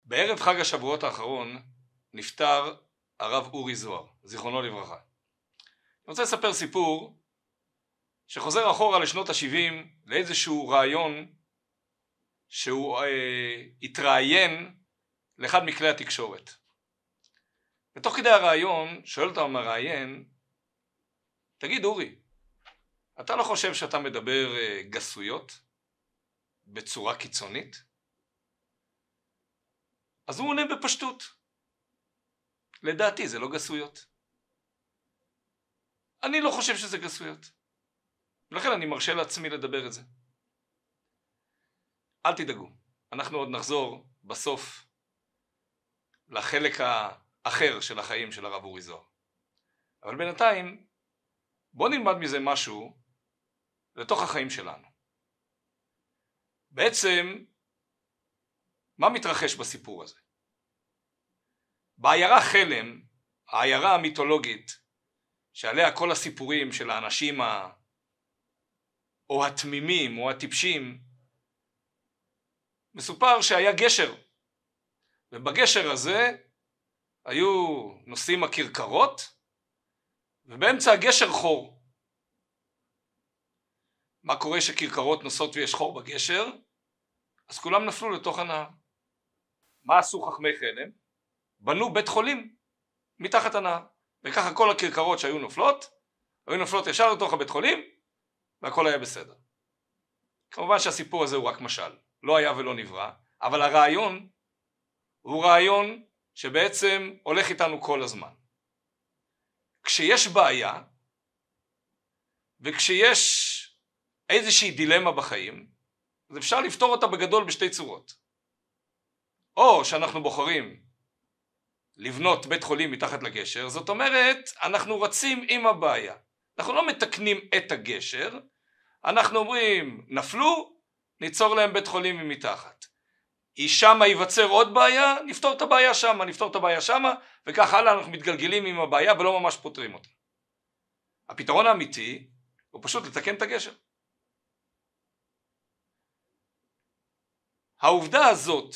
בערב חג השבועות האחרון נפטר הרב אורי זוהר, זיכרונו לברכה. אני רוצה לספר סיפור שחוזר אחורה לשנות ה-70 לאיזשהו רעיון שהוא התראיין לאחד מכלי התקשורת. ותוך כדי הרעיון שואל אותו המראיין, תגיד אורי, אתה לא חושב שאתה מדבר גסויות בצורה קיצונית? אז הוא עונה בפשטות, לדעתי זה לא גסויות. אני לא חושב שזה גסויות, ולכן אני מרשה לעצמי לדבר את זה. אל תדאגו, אנחנו עוד נחזור בסוף לחלק האחר של החיים של הרב אורי זוהר. אבל בינתיים בוא נלמד מזה משהו לתוך החיים שלנו. בעצם מה מתרחש בסיפור הזה? בעיירה חלם, העיירה המיתולוגית שעליה כל הסיפורים של האנשים או התמימים או הטיפשים, מסופר שהיה גשר, ובגשר הזה היו נוסעים הכרכרות, ובאמצע הגשר חור. מה קורה שכרכרות נוסעות ויש חור בגשר? אז כולם נפלו לתוך הנהר. מה עשו חכמי חלם? בנו בית חולים מתחת הנהר, וככה כל הכרכרות שהיו נופלות, היו נופלות ישר לתוך הבית חולים, והכל היה בסדר. כמובן שהסיפור הזה הוא רק משל, לא היה ולא נברא, אבל הרעיון הוא רעיון שבעצם הולך איתנו כל הזמן. כשיש בעיה, וכשיש איזושהי דילמה בחיים, אז אפשר לפתור אותה בגדול בשתי צורות. או שאנחנו בוחרים לבנות בית חולים מתחת לגשר, זאת אומרת, אנחנו רצים עם הבעיה. אנחנו לא מתקנים את הגשר, אנחנו אומרים, נפלו, ניצור להם בית חולים מתחת. שמה ייווצר עוד בעיה, נפתור את הבעיה שמה, נפתור את הבעיה שמה, וכך הלאה אנחנו מתגלגלים עם הבעיה ולא ממש פותרים אותה. הפתרון האמיתי הוא פשוט לתקן את הגשר. העובדה הזאת,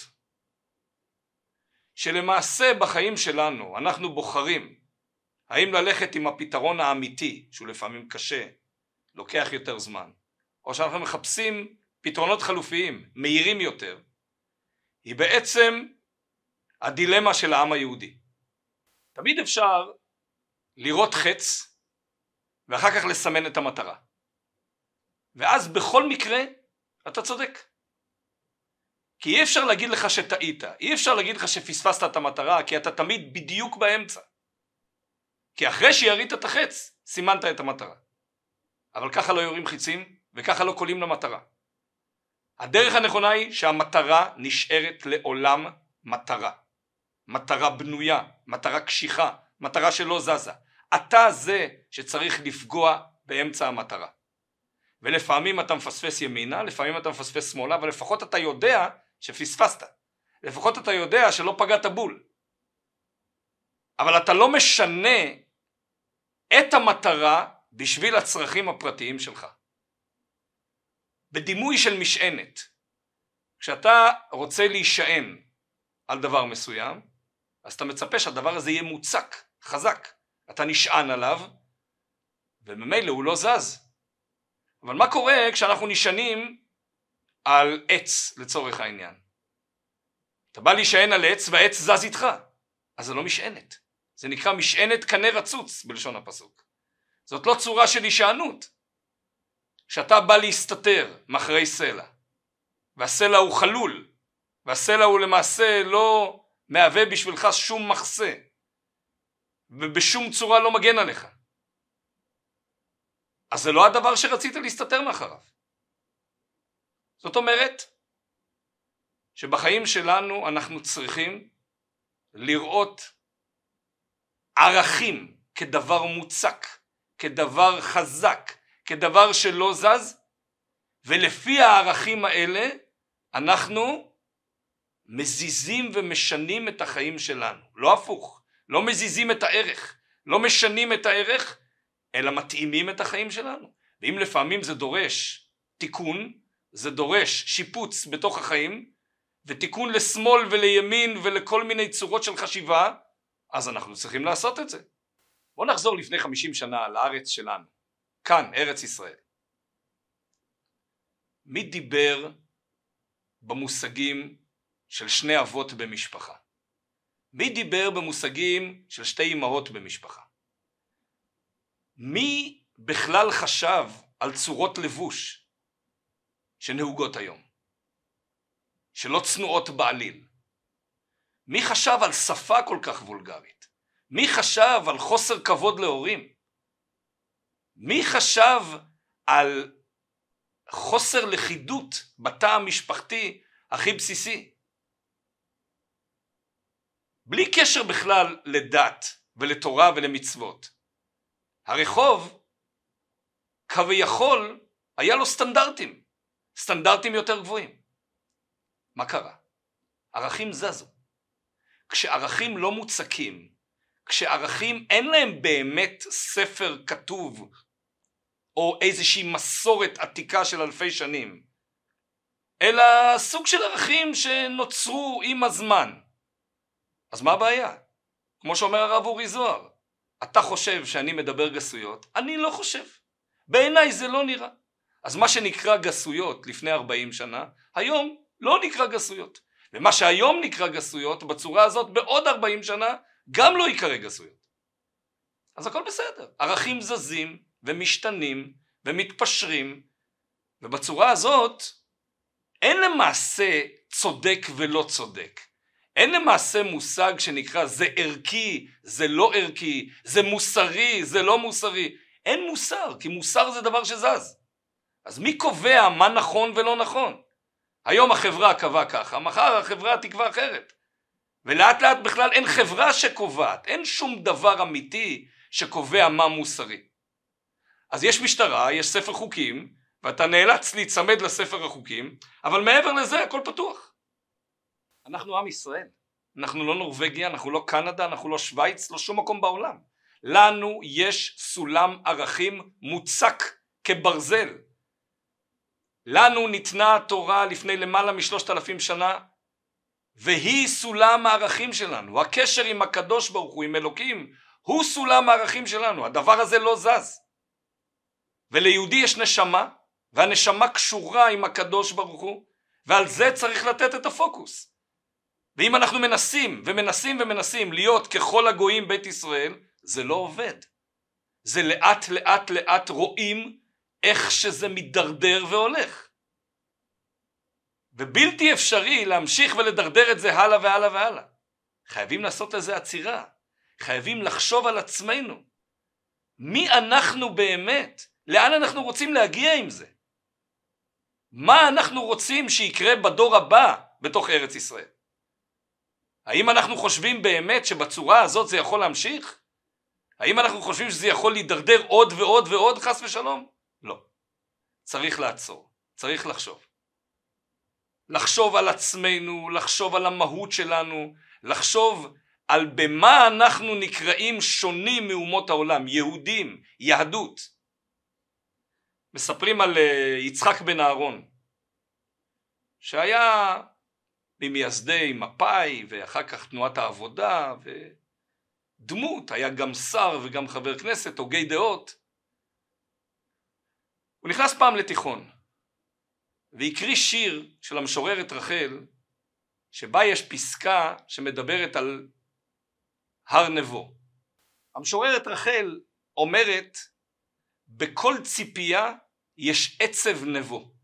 שלמעשה בחיים שלנו אנחנו בוחרים האם ללכת עם הפתרון האמיתי, שהוא לפעמים קשה, לוקח יותר זמן, או שאנחנו מחפשים פתרונות חלופיים, מהירים יותר, היא בעצם הדילמה של העם היהודי. תמיד אפשר לראות חץ ואחר כך לסמן את המטרה, ואז בכל מקרה אתה צודק. כי אי אפשר להגיד לך שטעית, אי אפשר להגיד לך שפספסת את המטרה, כי אתה תמיד בדיוק באמצע. כי אחרי שירית את החץ, סימנת את המטרה. אבל ככה לא יורים חיצים, וככה לא קולים למטרה. הדרך הנכונה היא שהמטרה נשארת לעולם מטרה. מטרה בנויה, מטרה קשיחה, מטרה שלא זזה. אתה זה שצריך לפגוע באמצע המטרה. ולפעמים אתה מפספס ימינה, לפעמים אתה מפספס שמאלה, אבל לפחות אתה יודע שפספסת. לפחות אתה יודע שלא פגעת בול. אבל אתה לא משנה את המטרה בשביל הצרכים הפרטיים שלך. בדימוי של משענת. כשאתה רוצה להישען על דבר מסוים, אז אתה מצפה שהדבר הזה יהיה מוצק, חזק. אתה נשען עליו, וממילא הוא לא זז. אבל מה קורה כשאנחנו נשענים על עץ לצורך העניין? אתה בא להישען על עץ והעץ זז איתך, אז זה לא משענת. זה נקרא משענת קנה רצוץ בלשון הפסוק. זאת לא צורה של הישענות. כשאתה בא להסתתר מאחורי סלע, והסלע הוא חלול, והסלע הוא למעשה לא מהווה בשבילך שום מחסה, ובשום צורה לא מגן עליך, אז זה לא הדבר שרצית להסתתר מאחריו. זאת אומרת שבחיים שלנו אנחנו צריכים לראות ערכים כדבר מוצק, כדבר חזק, כדבר שלא זז, ולפי הערכים האלה אנחנו מזיזים ומשנים את החיים שלנו. לא הפוך, לא מזיזים את הערך, לא משנים את הערך, אלא מתאימים את החיים שלנו. ואם לפעמים זה דורש תיקון, זה דורש שיפוץ בתוך החיים, ותיקון לשמאל ולימין ולכל מיני צורות של חשיבה, אז אנחנו צריכים לעשות את זה. בואו נחזור לפני 50 שנה לארץ שלנו, כאן, ארץ ישראל. מי דיבר במושגים של שני אבות במשפחה? מי דיבר במושגים של שתי אמהות במשפחה? מי בכלל חשב על צורות לבוש שנהוגות היום, שלא צנועות בעליל? מי חשב על שפה כל כך וולגרית? מי חשב על חוסר כבוד להורים? מי חשב על חוסר לכידות בתא המשפחתי הכי בסיסי? בלי קשר בכלל לדת ולתורה ולמצוות. הרחוב כביכול היה לו סטנדרטים יותר גבוהים. מה קרה? ערכים זזו. כשערכים לא מוצקים, כשערכים אין להם באמת ספר כתוב או איזושהי מסורת עתיקה של אלפי שנים, אלא סוג של ערכים שנוצרו עם הזמן, אז מה הבעיה? כמו שאומר הרב אורי זוהר, אתה חושב שאני מדבר גסויות? אני לא חושב. בעיניי זה לא נראה. אז מה שנקרא גסויות לפני 40 שנה, היום לא נקרא גסויות. ומה שהיום נקרא גסויות, בצורה הזאת בעוד 40 שנה, גם לא יקרא גסויות. אז הכל בסדר. ערכים זזים ומשתנים ומתפשרים, ובצורה הזאת אין למעשה צודק ולא צודק. אין למעשה מושג שנקרא זה ערכי, זה לא ערכי, זה מוסרי, זה לא מוסרי. אין מוסר, כי מוסר זה דבר שזז. אז מי קובע מה נכון ולא נכון? היום החברה קבעה ככה, מחר החברה תקבע אחרת. ולאט לאט בכלל אין חברה שקובעת, אין שום דבר אמיתי שקובע מה מוסרי. אז יש משטרה, יש ספר חוקים, ואתה נאלץ להיצמד לספר החוקים, אבל מעבר לזה הכל פתוח. אנחנו עם ישראל, אנחנו לא נורווגיה, אנחנו לא קנדה, אנחנו לא שוויץ, לא שום מקום בעולם. לנו יש סולם ערכים מוצק כברזל. לנו ניתנה התורה לפני למעלה מ3,000 שנה, והיא סולם הערכים שלנו. הקשר עם הקדוש ברוך הוא, עם אלוקים, הוא סולם הערכים שלנו. הדבר הזה לא זז. וליהודי יש נשמה, והנשמה קשורה עם הקדוש ברוך הוא, ועל זה צריך לתת את הפוקוס. ואם אנחנו מנסים להיות ככל הגויים בית ישראל, זה לא עובד. זה לאט רואים איך שזה מדרדר והולך. ובלתי אפשרי להמשיך ולדרדר את זה הלאה והלאה והלאה. חייבים לעשות לזה עצירה. חייבים לחשוב על עצמנו. מי אנחנו באמת? לאן אנחנו רוצים להגיע עם זה? מה אנחנו רוצים שיקרה בדור הבא בתוך ארץ ישראל? האם אנחנו חושבים באמת שבצורה הזאת זה יכול להמשיך? האם אנחנו חושבים שזה יכול להידרדר עוד ועוד ועוד חס ושלום? לא. צריך לעצור. צריך לחשוב. לחשוב על עצמנו, לחשוב על המהות שלנו, לחשוב על במה אנחנו נקראים שונים מאומות העולם, יהודים, יהדות. מספרים על יצחק בן אהרון, שהיה ממייסדי מפא"י ואחר כך תנועת העבודה, ודמות, היה גם שר וגם חבר כנסת, הוגי דעות. הוא נכנס פעם לתיכון, והקריא שיר של המשוררת רחל, שבה יש פסקה שמדברת על הר נבו. המשוררת רחל אומרת, בכל ציפייה יש עצב נבו.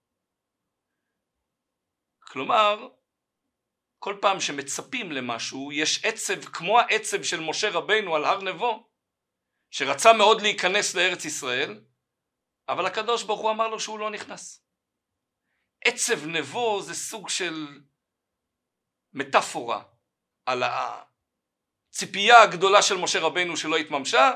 כלומר, כל פעם שמצפים למשהו, יש עצב כמו העצב של משה רבנו על הר נבו, שרצה מאוד להיכנס לארץ ישראל, אבל הקדוש ברוך הוא אמר לו שהוא לא נכנס. עצב נבו זה סוג של מטאפורה על הציפייה הגדולה של משה רבנו שלא התממשה,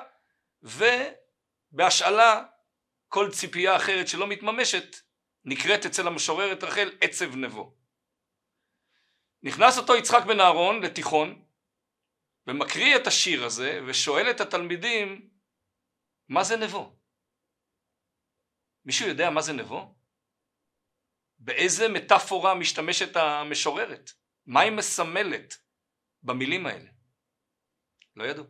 ובהשאלה כל ציפייה אחרת שלא מתממשת נקראת אצל המשוררת רחל עצב נבו. נכנס אותו יצחק בן אהרון לתיכון ומקריא את השיר הזה ושואל את התלמידים, מה זה נבו? מישהו יודע מה זה נבו? באיזה מטאפורה משתמשת המשוררת? מה היא מסמלת במילים האלה? לא ידעו.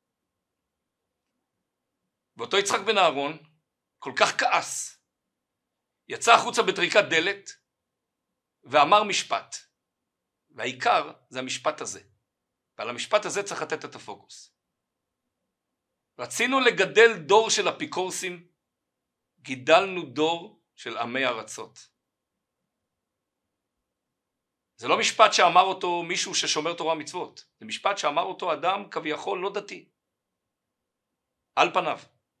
ואותו יצחק בן אהרון כל כך כעס, יצא החוצה בטריקת דלת ואמר משפט, והעיקר זה המשפט הזה, ועל המשפט הזה צריך לתת את הפוקוס. רצינו לגדל דור של אפיקורסים, גידלנו דור של עמי ארצות. זה לא משפט שאמר אותו מישהו ששומר תורה מצוות, זה משפט שאמר אותו אדם כביכול לא דתי, על פניו.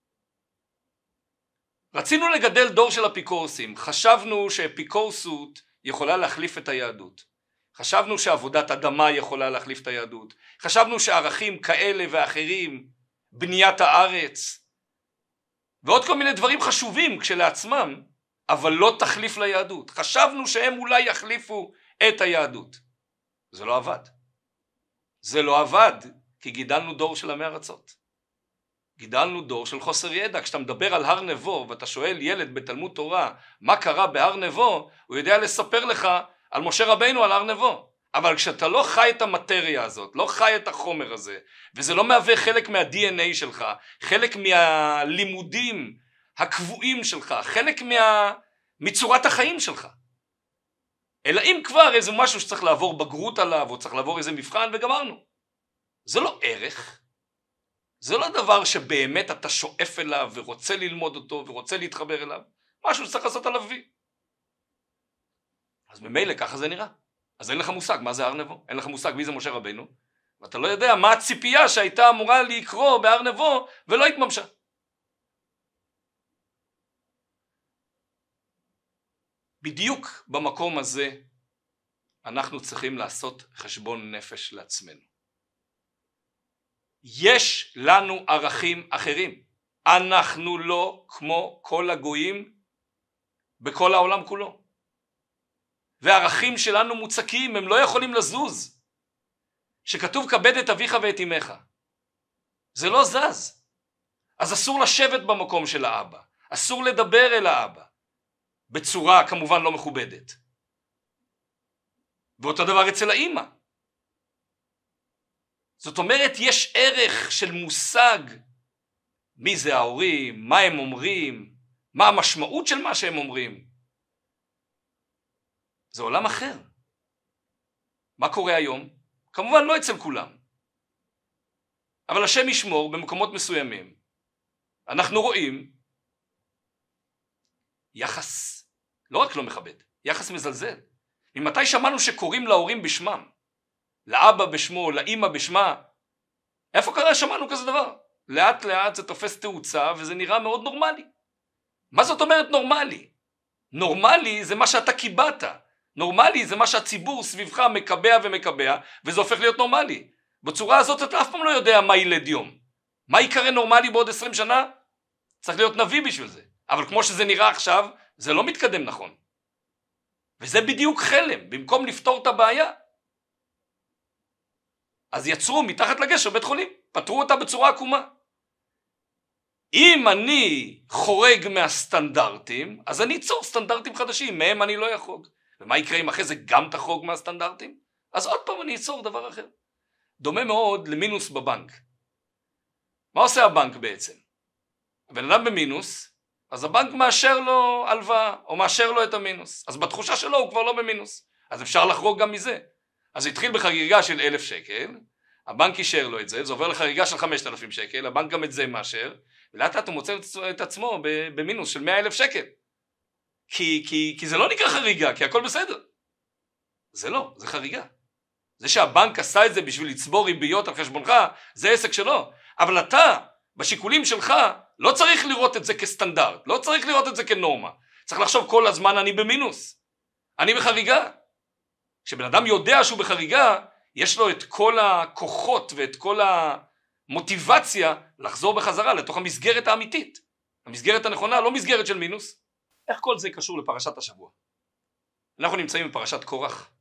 רצינו לגדל דור של אפיקורסים, חשבנו שאפיקורסות יכולה להחליף את היהדות, חשבנו שעבודת אדמה יכולה להחליף את היהדות, חשבנו שערכים כאלה ואחרים, בניית הארץ, ועוד כל מיני דברים חשובים כשלעצמם, אבל לא תחליף ליהדות. חשבנו שהם אולי יחליפו את היהדות. זה לא עבד. זה לא עבד, כי גידלנו דור של עמי ארצות. גידלנו דור של חוסר ידע. כשאתה מדבר על הר נבו ואתה שואל ילד בתלמוד תורה מה קרה בהר נבו, הוא יודע לספר לך על משה רבינו על הר נבו. אבל כשאתה לא חי את המטריה הזאת, לא חי את החומר הזה, וזה לא מהווה חלק מה-DNA שלך, חלק מהלימודים הקבועים שלך, חלק מצורת החיים שלך, אלא אם כבר איזה משהו שצריך לעבור בגרות עליו, או צריך לעבור איזה מבחן וגמרנו. זה לא ערך, זה לא דבר שבאמת אתה שואף אליו ורוצה ללמוד אותו ורוצה להתחבר אליו, משהו שצריך לעשות עליו וי. אז ממילא ככה זה נראה. אז אין לך מושג מה זה הר נבו, אין לך מושג מי זה משה רבינו, ואתה לא יודע מה הציפייה שהייתה אמורה לקרוא בהר נבו ולא התממשה. בדיוק במקום הזה אנחנו צריכים לעשות חשבון נפש לעצמנו. יש לנו ערכים אחרים. אנחנו לא כמו כל הגויים בכל העולם כולו. והערכים שלנו מוצקים, הם לא יכולים לזוז. שכתוב כבד את אביך ואת אמך. זה לא זז. אז אסור לשבת במקום של האבא. אסור לדבר אל האבא. בצורה כמובן לא מכובדת. ואותו דבר אצל האמא. זאת אומרת, יש ערך של מושג מי זה ההורים, מה הם אומרים, מה המשמעות של מה שהם אומרים. זה עולם אחר. מה קורה היום? כמובן לא אצל כולם. אבל השם ישמור במקומות מסוימים. אנחנו רואים יחס לא רק לא מכבד, יחס מזלזל. ממתי שמענו שקוראים להורים בשמם? לאבא בשמו, לאמא בשמה? איפה קרה שמענו כזה דבר? לאט לאט זה תופס תאוצה וזה נראה מאוד נורמלי. מה זאת אומרת נורמלי? נורמלי זה מה שאתה קיבעת. נורמלי זה מה שהציבור סביבך מקבע ומקבע, וזה הופך להיות נורמלי. בצורה הזאת אתה אף פעם לא יודע מה ילד יום. מה יקרה נורמלי בעוד 20 שנה? צריך להיות נביא בשביל זה. אבל כמו שזה נראה עכשיו, זה לא מתקדם נכון. וזה בדיוק חלם, במקום לפתור את הבעיה. אז יצרו מתחת לגשר בית חולים, פתרו אותה בצורה עקומה. אם אני חורג מהסטנדרטים, אז אני אצור סטנדרטים חדשים, מהם אני לא אחרוג. ומה יקרה אם אחרי זה גם תחרוג מהסטנדרטים? אז עוד פעם אני אצור דבר אחר. דומה מאוד למינוס בבנק. מה עושה הבנק בעצם? הבן אדם במינוס, אז הבנק מאשר לו הלוואה, או מאשר לו את המינוס. אז בתחושה שלו הוא כבר לא במינוס. אז אפשר לחרוג גם מזה. אז התחיל בחגיגה של 1,000 שקל, הבנק אישר לו את זה, זה עובר לחגיגה של 5,000 שקל, הבנק גם את זה מאשר, ולאט לאט הוא מוצא את עצמו במינוס של 100,000 שקל. כי זה לא נקרא חריגה, כי הכל בסדר. זה לא, זה חריגה. זה שהבנק עשה את זה בשביל לצבור ריביות על חשבונך, זה עסק שלו. אבל אתה, בשיקולים שלך, לא צריך לראות את זה כסטנדרט, לא צריך לראות את זה כנורמה. צריך לחשוב כל הזמן אני במינוס. אני בחריגה. כשבן אדם יודע שהוא בחריגה, יש לו את כל הכוחות ואת כל המוטיבציה לחזור בחזרה לתוך המסגרת האמיתית. המסגרת הנכונה, לא מסגרת של מינוס. איך כל זה קשור לפרשת השבוע? אנחנו נמצאים בפרשת קורח.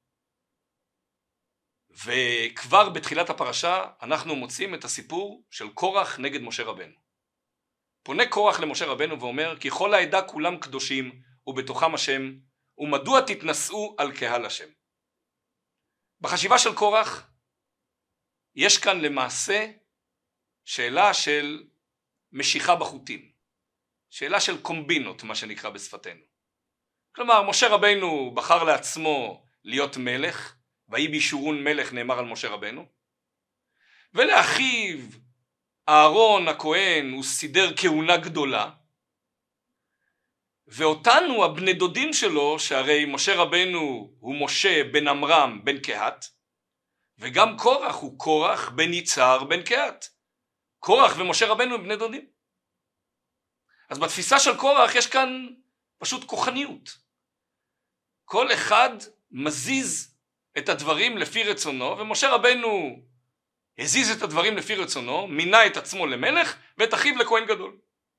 וכבר בתחילת הפרשה אנחנו מוצאים את הסיפור של קורח נגד משה רבנו. פונה קורח למשה רבנו ואומר כי כל העדה כולם קדושים ובתוכם השם ומדוע תתנשאו על קהל השם. בחשיבה של קורח יש כאן למעשה שאלה של משיכה בחוטים, שאלה של קומבינות, מה שנקרא בשפתנו. כלומר, משה רבנו בחר לעצמו להיות מלך, ויהי בישורון מלך נאמר על משה רבנו, ולאחיו אהרון הכהן הוא סידר כהונה גדולה, ואותנו הבני דודים שלו, שהרי משה רבנו הוא משה בן עמרם בן קהת, וגם קורח הוא קורח בן יצהר בן קהת. קורח ומשה רבנו הם בני דודים. אז בתפיסה של קורח יש כאן פשוט כוחניות. כל אחד מזיז את הדברים לפי רצונו, ומשה רבנו הזיז את הדברים לפי רצונו, מינה את עצמו למלך ואת אחיו לכהן גדול.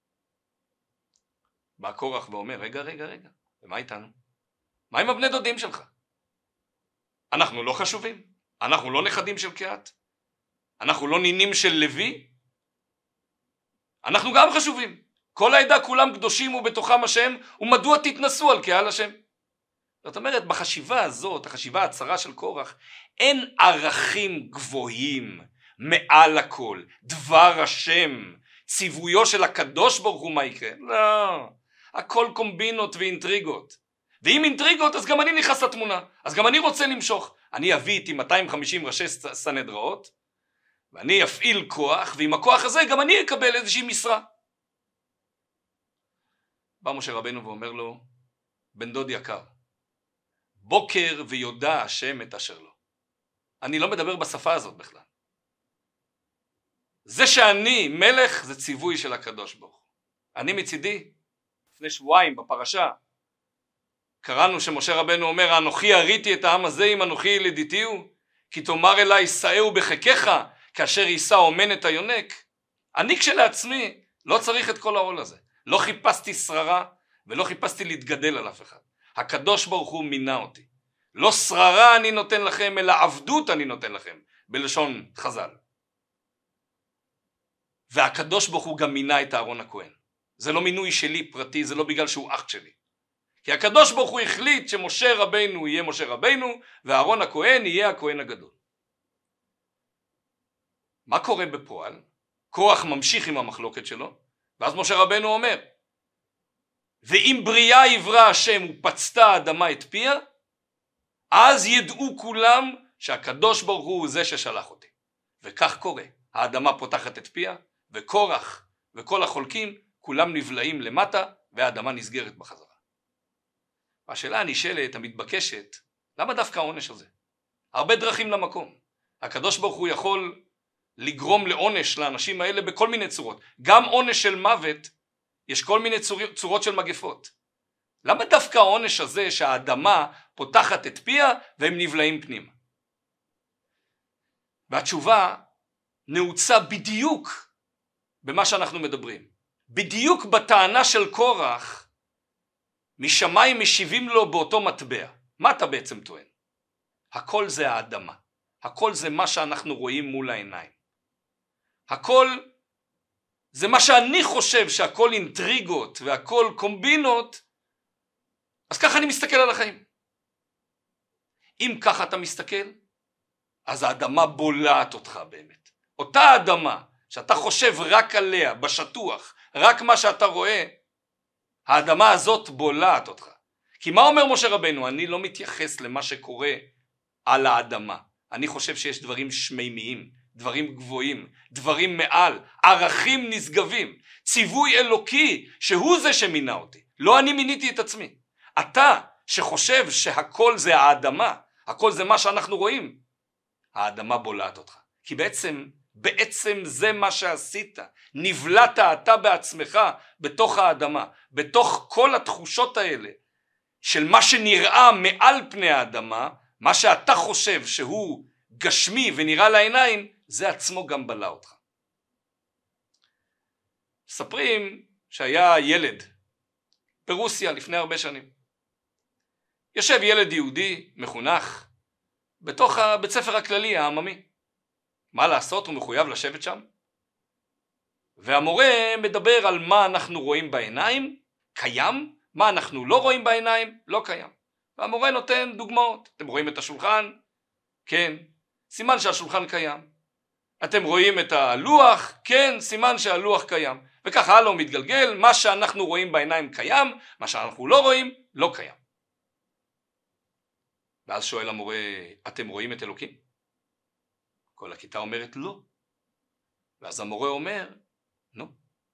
בא קורח ואומר, רגע, ומה איתנו? מה עם הבני דודים שלך? אנחנו לא חשובים? אנחנו לא נכדים של קהת? אנחנו לא נינים של לוי? אנחנו גם חשובים. כל העדה כולם קדושים ובתוכם השם, ומדוע תתנשאו על קהל השם? זאת אומרת, בחשיבה הזאת, החשיבה הצרה של קורח, אין ערכים גבוהים מעל הכל. דבר השם, ציוויו של הקדוש ברוך הוא מה יקרה? לא. הכל קומבינות ואינטריגות. ואם אינטריגות, אז גם אני נכנס לתמונה. אז גם אני רוצה למשוך. אני אביא איתי 250 ראשי סנהדראות, ואני אפעיל כוח, ועם הכוח הזה גם אני אקבל איזושהי משרה. בא משה רבנו ואומר לו, בן דוד יקר, בוקר ויודע השם את אשר לו. אני לא מדבר בשפה הזאת בכלל. זה שאני מלך זה ציווי של הקדוש ברוך הוא. אני מצידי, לפני שבועיים בפרשה, קראנו שמשה רבנו אומר, אנוכי הריתי את העם הזה אם אנוכי ילידיתיהו, כי תאמר אליי שאהו בחיקך, כאשר יישא אומן את היונק. אני כשלעצמי לא צריך את כל העול הזה. לא חיפשתי שררה ולא חיפשתי להתגדל על אף אחד. הקדוש ברוך הוא מינה אותי. לא שררה אני נותן לכם, אלא עבדות אני נותן לכם, בלשון חז"ל. והקדוש ברוך הוא גם מינה את אהרון הכהן. זה לא מינוי שלי פרטי, זה לא בגלל שהוא אח שלי. כי הקדוש ברוך הוא החליט שמשה רבנו יהיה משה רבנו, ואהרון הכהן יהיה הכהן הגדול. מה קורה בפועל? קורח ממשיך עם המחלוקת שלו, ואז משה רבנו אומר, ואם בריאה יברא השם ופצתה האדמה את פיה, אז ידעו כולם שהקדוש ברוך הוא זה ששלח אותי. וכך קורה, האדמה פותחת את פיה, וקורח וכל החולקים כולם נבלעים למטה, והאדמה נסגרת בחזרה. השאלה הנשאלת, המתבקשת, למה דווקא העונש הזה? הרבה דרכים למקום. הקדוש ברוך הוא יכול לגרום לעונש לאנשים האלה בכל מיני צורות. גם עונש של מוות, יש כל מיני צורות של מגפות. למה דווקא העונש הזה שהאדמה פותחת את פיה והם נבלעים פנימה? והתשובה נעוצה בדיוק במה שאנחנו מדברים. בדיוק בטענה של קורח, משמיים משיבים לו באותו מטבע. מה אתה בעצם טוען? הכל זה האדמה. הכל זה מה שאנחנו רואים מול העיניים. הכל זה מה שאני חושב שהכל אינטריגות והכל קומבינות, אז ככה אני מסתכל על החיים. אם ככה אתה מסתכל, אז האדמה בולעת אותך באמת. אותה אדמה שאתה חושב רק עליה, בשטוח, רק מה שאתה רואה, האדמה הזאת בולעת אותך. כי מה אומר משה רבנו? אני לא מתייחס למה שקורה על האדמה. אני חושב שיש דברים שמימיים, דברים גבוהים, דברים מעל, ערכים נשגבים, ציווי אלוקי שהוא זה שמינה אותי. לא אני מיניתי את עצמי. אתה שחושב שהכל זה האדמה, הכל זה מה שאנחנו רואים, האדמה בולעת אותך. כי בעצם זה מה שעשית. נבלעת אתה בעצמך בתוך האדמה, בתוך כל התחושות האלה של מה שנראה מעל פני האדמה, מה שאתה חושב שהוא גשמי ונראה לעיניים, זה עצמו גם בלע אותך. מספרים שהיה ילד ברוסיה לפני הרבה שנים. יושב ילד יהודי מחונך בתוך הבית ספר הכללי העממי. מה לעשות? הוא מחויב לשבת שם. והמורה מדבר על מה אנחנו רואים בעיניים, קיים, מה אנחנו לא רואים בעיניים, לא קיים. והמורה נותן דוגמאות. אתם רואים את השולחן? כן, סימן שהשולחן קיים. אתם רואים את הלוח? כן, סימן שהלוח קיים. וככה הלאה הוא מתגלגל, מה שאנחנו רואים בעיניים קיים, מה שאנחנו לא רואים לא קיים. ואז שואל המורה, אתם רואים את אלוקים? כל הכיתה אומרת לא. ואז המורה אומר, נו,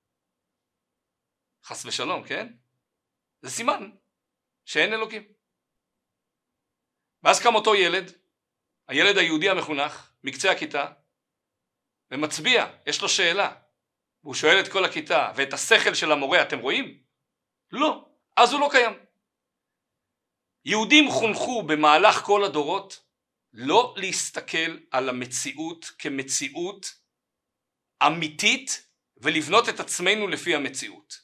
חס ושלום, כן? זה סימן שאין אלוקים. ואז קם אותו ילד, הילד היהודי המחונך, מקצה הכיתה, ומצביע, יש לו שאלה. והוא שואל את כל הכיתה, ואת השכל של המורה אתם רואים? לא, אז הוא לא קיים. יהודים חונכו במהלך כל הדורות לא להסתכל על המציאות כמציאות אמיתית ולבנות את עצמנו לפי המציאות.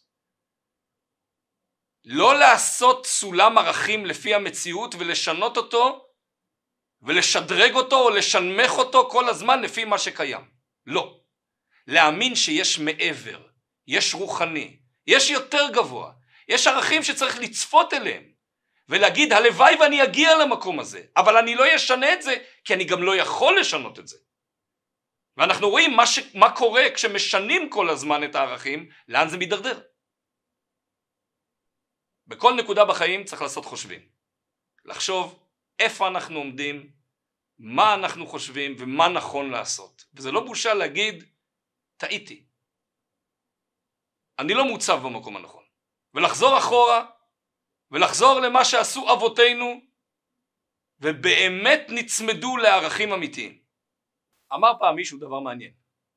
לא לעשות סולם ערכים לפי המציאות ולשנות אותו ולשדרג אותו או לשנמך אותו כל הזמן לפי מה שקיים. לא. להאמין שיש מעבר, יש רוחני, יש יותר גבוה, יש ערכים שצריך לצפות אליהם ולהגיד הלוואי ואני אגיע למקום הזה, אבל אני לא אשנה את זה כי אני גם לא יכול לשנות את זה. ואנחנו רואים מה קורה כשמשנים כל הזמן את הערכים, לאן זה מתדרדר. בכל נקודה בחיים צריך לעשות חושבים. לחשוב איפה אנחנו עומדים, מה אנחנו חושבים ומה נכון לעשות. וזה לא בושה להגיד, טעיתי. אני לא מוצב במקום הנכון. ולחזור אחורה, ולחזור למה שעשו אבותינו, ובאמת נצמדו לערכים אמיתיים. אמר פעם מישהו דבר מעניין.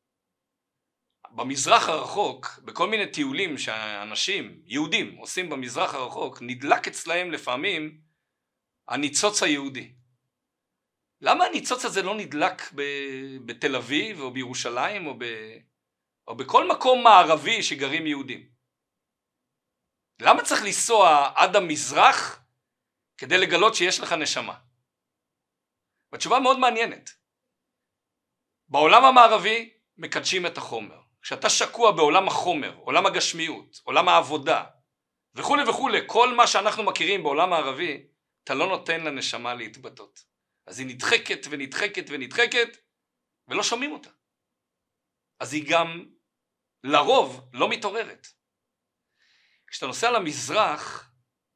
במזרח הרחוק, בכל מיני טיולים שאנשים, יהודים, עושים במזרח הרחוק, נדלק אצלהם לפעמים הניצוץ היהודי. למה הניצוץ הזה לא נדלק בתל אביב או בירושלים או בכל מקום מערבי שגרים יהודים? למה צריך לנסוע עד המזרח כדי לגלות שיש לך נשמה? והתשובה מאוד מעניינת. בעולם המערבי מקדשים את החומר. כשאתה שקוע בעולם החומר, עולם הגשמיות, עולם העבודה וכו' וכו', כל מה שאנחנו מכירים בעולם הערבי, אתה לא נותן לנשמה להתבטאות. אז היא נדחקת ונדחקת ונדחקת ולא שומעים אותה. אז היא גם לרוב לא מתעוררת. כשאתה נוסע למזרח,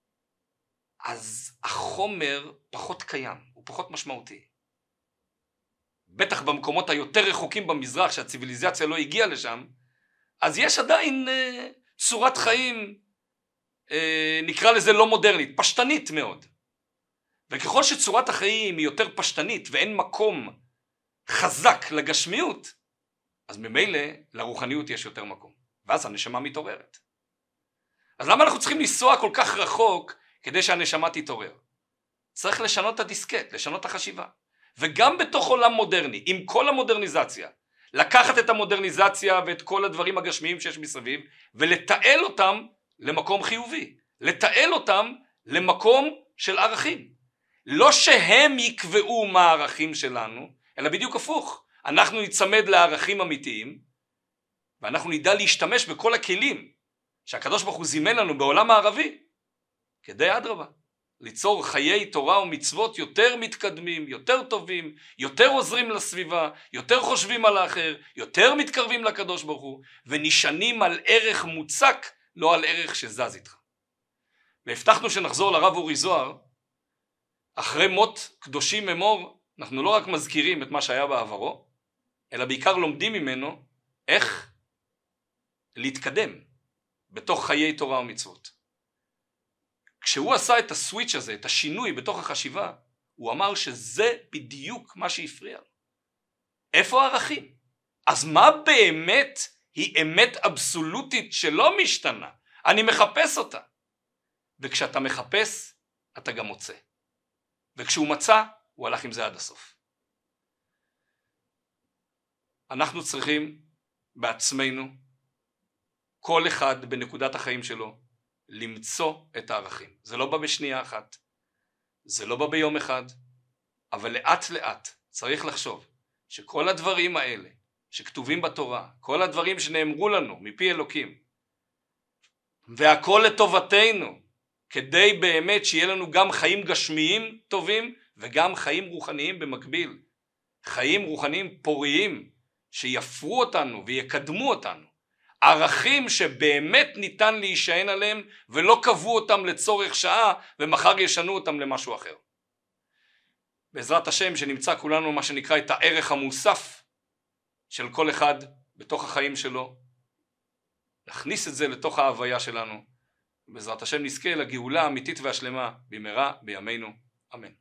אז החומר פחות קיים, הוא פחות משמעותי. בטח במקומות היותר רחוקים במזרח שהציביליזציה לא הגיעה לשם, אז יש עדיין צורת חיים, נקרא לזה לא מודרנית, פשטנית מאוד. וככל שצורת החיים היא יותר פשטנית ואין מקום חזק לגשמיות, אז ממילא לרוחניות יש יותר מקום. ואז הנשמה מתעוררת. אז למה אנחנו צריכים לנסוע כל כך רחוק כדי שהנשמה תתעורר? צריך לשנות את הדיסקט, לשנות את החשיבה. וגם בתוך עולם מודרני, עם כל המודרניזציה, לקחת את המודרניזציה ואת כל הדברים הגשמיים שיש מסביב, ולתעל אותם למקום חיובי. לתעל אותם למקום של ערכים. לא שהם יקבעו מה הערכים שלנו, אלא בדיוק הפוך. אנחנו נצמד לערכים אמיתיים, ואנחנו נדע להשתמש בכל הכלים שהקדוש ברוך הוא זימן לנו בעולם הערבי, כדי אדרבה, ליצור חיי תורה ומצוות יותר מתקדמים, יותר טובים, יותר עוזרים לסביבה, יותר חושבים על האחר, יותר מתקרבים לקדוש ברוך הוא, ונשענים על ערך מוצק, לא על ערך שזז איתך. והבטחנו שנחזור לרב אורי זוהר, אחרי מות קדושים אמור, אנחנו לא רק מזכירים את מה שהיה בעברו, אלא בעיקר לומדים ממנו איך להתקדם בתוך חיי תורה ומצוות. כשהוא עשה את הסוויץ' הזה, את השינוי בתוך החשיבה, הוא אמר שזה בדיוק מה שהפריע. איפה הערכים? אז מה באמת היא אמת אבסולוטית שלא משתנה? אני מחפש אותה. וכשאתה מחפש, אתה גם מוצא. וכשהוא מצא, הוא הלך עם זה עד הסוף. אנחנו צריכים בעצמנו, כל אחד בנקודת החיים שלו, למצוא את הערכים. זה לא בא בשנייה אחת, זה לא בא ביום אחד, אבל לאט לאט צריך לחשוב שכל הדברים האלה שכתובים בתורה, כל הדברים שנאמרו לנו מפי אלוקים, והכל לטובתנו, כדי באמת שיהיה לנו גם חיים גשמיים טובים וגם חיים רוחניים במקביל. חיים רוחניים פוריים שיפרו אותנו ויקדמו אותנו. ערכים שבאמת ניתן להישען עליהם ולא קבעו אותם לצורך שעה ומחר ישנו אותם למשהו אחר. בעזרת השם שנמצא כולנו מה שנקרא את הערך המוסף של כל אחד בתוך החיים שלו. נכניס את זה לתוך ההוויה שלנו. בעזרת השם נזכה לגאולה האמיתית והשלמה במהרה בימינו. אמן.